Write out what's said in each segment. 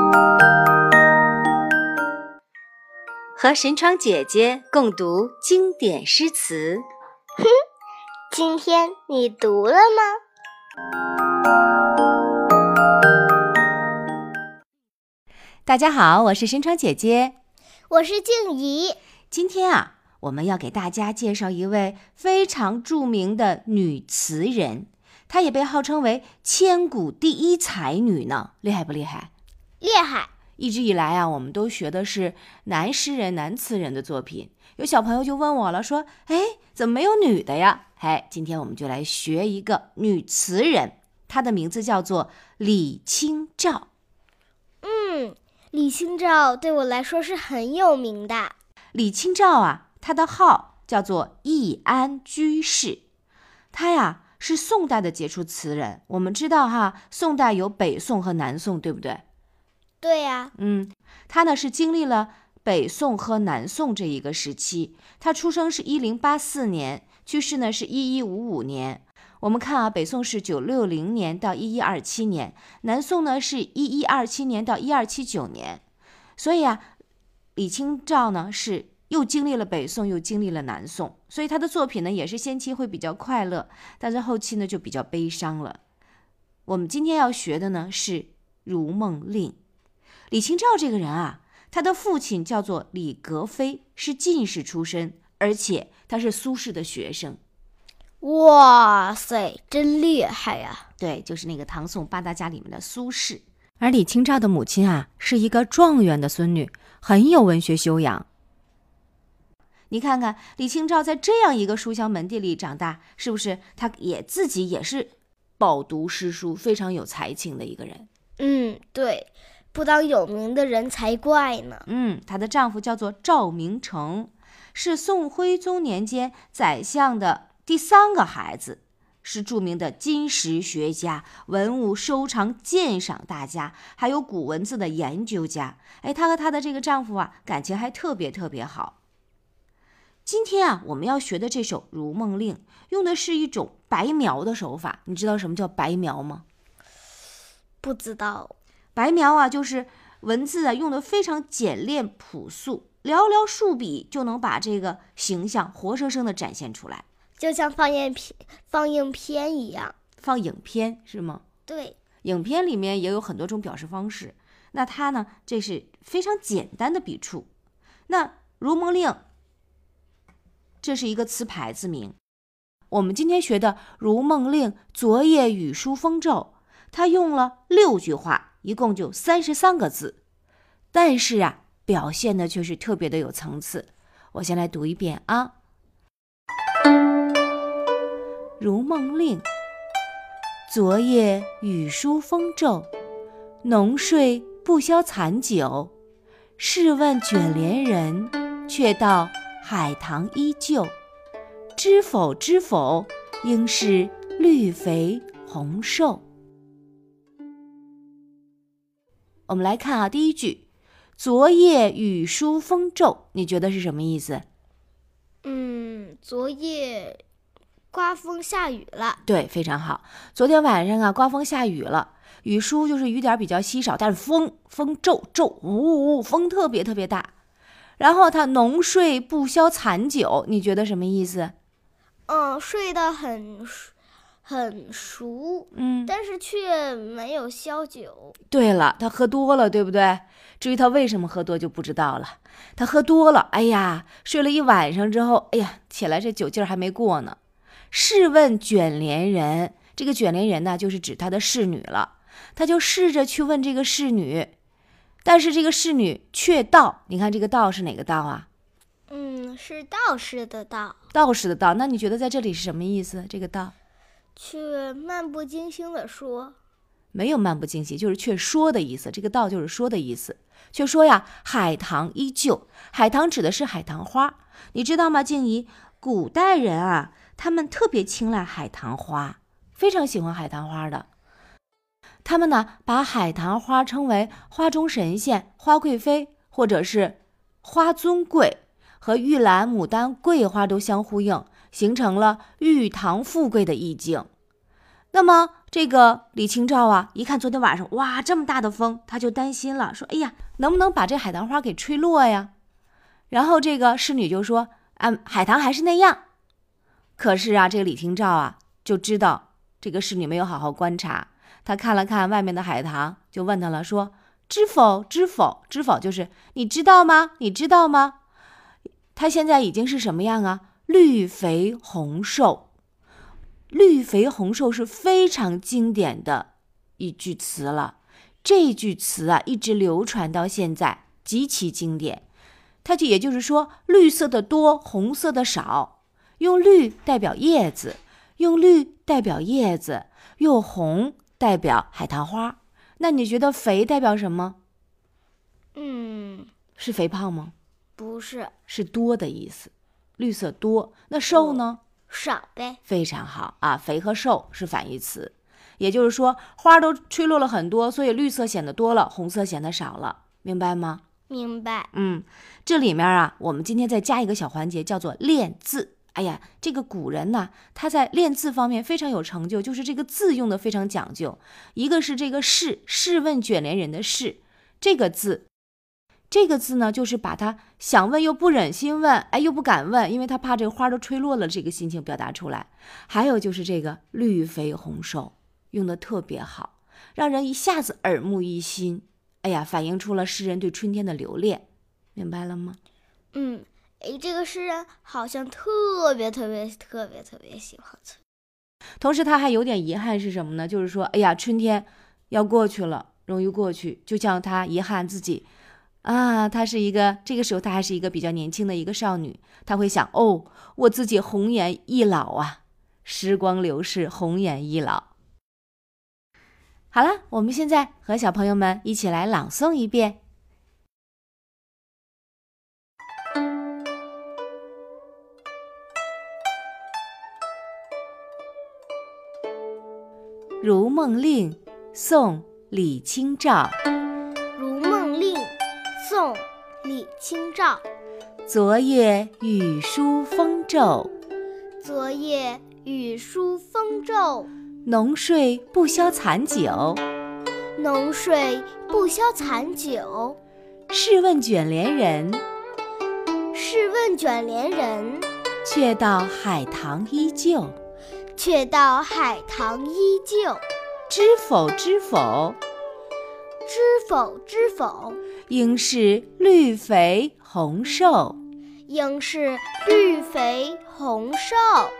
和神窗姐姐共读经典诗词。 今天你读了吗？ 大家好，我是神窗姐姐， 我是静怡。 今天我们要给大家介绍一位非常著名的女词人，她也被号称为千古第一才女呢，厉害不厉害？ 厉害！ 一直以来我们都学的是男诗人、男词人的作品。有小朋友就问我了，说：“怎么没有女的呀？”今天我们就来学一个女词人，她的名字叫做李清照。 李清照对我来说是很有名的。 李清照她的号叫做易安居士，她是宋代的杰出词人。我们知道宋代有北宋和南宋，对不对？ 对呀。 她呢是经历了北宋和南宋这一个时期。她出生是1084年，去世呢是1155年。我们看北宋是960年到1127年，南宋呢是1127年到1279年。所以李清照呢是又经历了北宋，又经历了南宋，所以她的作品呢也是先期会比较快乐，但是后期呢就比较悲伤了。我们今天要学的呢是《如梦令》。李清照这个人他的父亲叫做李格非，是进士出身，而且他是苏轼的学生。 哇塞，真厉害呀！ 对，就是那个唐宋八大家里面的苏轼。而李清照的母亲是一个状元的孙女，很有文学修养。你看看李清照在这样一个书香门第里长大，是不是她自己也是饱读诗书，非常有才情的一个人？ 对，不当有名的人才怪呢。 她的丈夫叫做赵明诚，是宋徽宗年间宰相的第3个孩子，是著名的金石学家、文物收藏鉴赏大家，还有古文字的研究家。她和她的这个丈夫感情还特别特别好。今天我们要学的这首《如梦令》用的是一种白描的手法。你知道什么叫白描吗？ 不知道。 白描就是文字用的非常简练朴素，寥寥数笔就能把这个形象活生生的展现出来， 就像放映片一样。 放影片是吗？ 对， 影片里面也有很多种表示方式，那它呢这是非常简单的笔触。那《如梦令》这是一个词牌字名。我们今天学的《如梦令》昨夜雨疏风骤，它用了6句话，一共就33个字，但是表现的却是特别的有层次。我先来读一遍如梦令，昨夜雨疏风骤，浓睡不消残酒。试问卷帘人，却道海棠依旧。知否知否，应是绿肥红瘦。我们来看第一句，昨夜雨疏风骤，你觉得是什么意思？ 昨夜刮风下雨了。 对，非常好。昨天晚上刮风下雨了，雨疏就是雨点比较稀少，但是风骤呜，风特别特别大。然后它浓睡不消残酒，你觉得什么意思？ 睡得很熟，但是却没有消酒。 对了，他喝多了，对不对？至于他为什么喝多就不知道了。他喝多了，睡了一晚上之后，起来这酒劲儿还没过呢。试问卷帘人，这个卷帘人呢，就是指他的侍女了。他就试着去问这个侍女，但是这个侍女却道，你看这个道是哪个道啊？ 是道士的道。 道士的道，那你觉得在这里是什么意思？这个道却漫不经心地说。 没有漫不经心，就是却说的意思。这个道就是说的意思。却说海棠依旧。海棠指的是海棠花，你知道吗，静怡？古代人他们特别青睐海棠花，非常喜欢海棠花的。他们呢，把海棠花称为花中神仙、花贵妃，或者是花尊贵，和玉兰、牡丹、桂花都相呼应，形成了玉堂富贵的意境。 那么这个李清照啊，一看昨天晚上哇这么大的风，他就担心了，说哎呀，能不能把这海棠花给吹落呀？然后这个侍女就说海棠还是那样。可是啊，这个李清照啊就知道这个侍女没有好好观察，他看了看外面的海棠，就问他了，说知否知否，知否就是你知道吗？你知道吗？它现在已经是什么样啊？绿肥红瘦。绿肥红瘦是非常经典的一句词了，这句词啊一直流传到现在，极其经典。它也就是说，绿色的多，红色的少，用绿代表叶子，用绿代表叶子，用红代表海棠花。那你觉得肥代表什么？是肥胖吗？ 不是， 是多的意思，绿色多。那瘦呢？ 少呗。 非常好啊，肥和瘦是反义词，也就是说花都吹落了很多，所以绿色显得多了，红色显得少了，明白吗？ 明白。 这里面啊，我们今天再加一个小环节，叫做练字。哎呀，这个古人呢，他在练字方面非常有成就，就是这个字用的非常讲究。一个是这个试问卷帘人的试，这个字呢，就是把他想问又不忍心问，又不敢问，因为他怕这个花都吹落了，这个心情表达出来。还有就是这个绿肥红瘦，用的特别好，让人一下子耳目一新。反映出了诗人对春天的留恋，明白了吗？ 这个诗人好像特别喜欢春。 同时他还有点遗憾是什么呢？就是说春天要过去了，容易过去，就像他遗憾自己他是一个，这个时候他还是一个比较年轻的一个少女，他会想我自己红颜易老啊，时光流逝，红颜易老。好了，我们现在和小朋友们一起来朗诵一遍。《如梦令》宋·李清照。 如梦令，宋·李清照。 昨夜雨疏风骤， 昨夜雨疏风骤。 浓睡不消残酒， 浓睡不消残酒。 试问卷帘人， 试问卷帘人， 却道海棠依旧， 却道海棠依旧。 知否知否， 知否知否， 应是绿肥红瘦， 应是绿肥红瘦。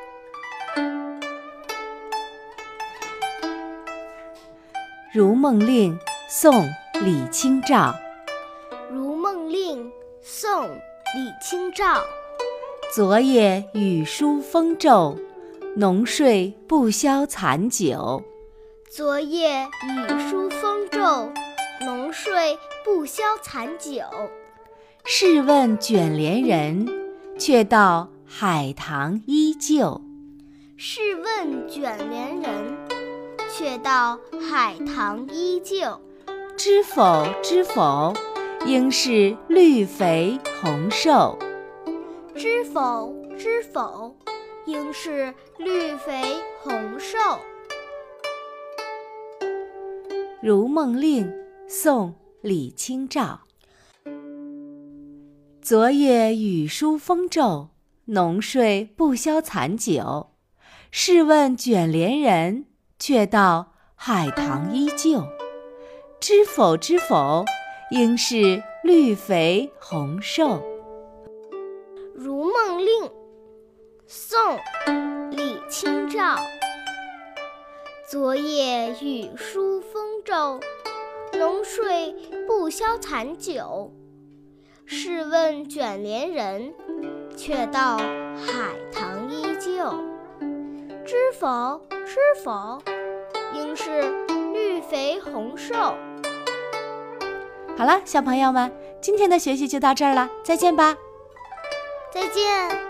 《如梦令》宋·李清照。 如梦令，宋·李清照。 昨夜雨疏风骤，浓睡不消残酒。 昨夜雨疏风骤，浓睡不消残酒。 试问卷帘人，却道海棠依旧。 试问卷帘人，却道海棠依旧。 知否知否，应是绿肥红瘦。 知否知否，应是绿肥红瘦。《 如梦令》宋·李清照。昨夜雨疏风骤，浓睡不消残酒。试问卷帘人，却道海棠依旧。知否知否，应是绿肥红瘦。 《如梦令》宋·李清照。昨夜雨疏风骤，浓睡不消残酒。试问卷帘人，却道海棠依旧。知否知否，应是绿肥红瘦。 好了，小朋友们，今天的学习就到这儿了，再见吧。 再见。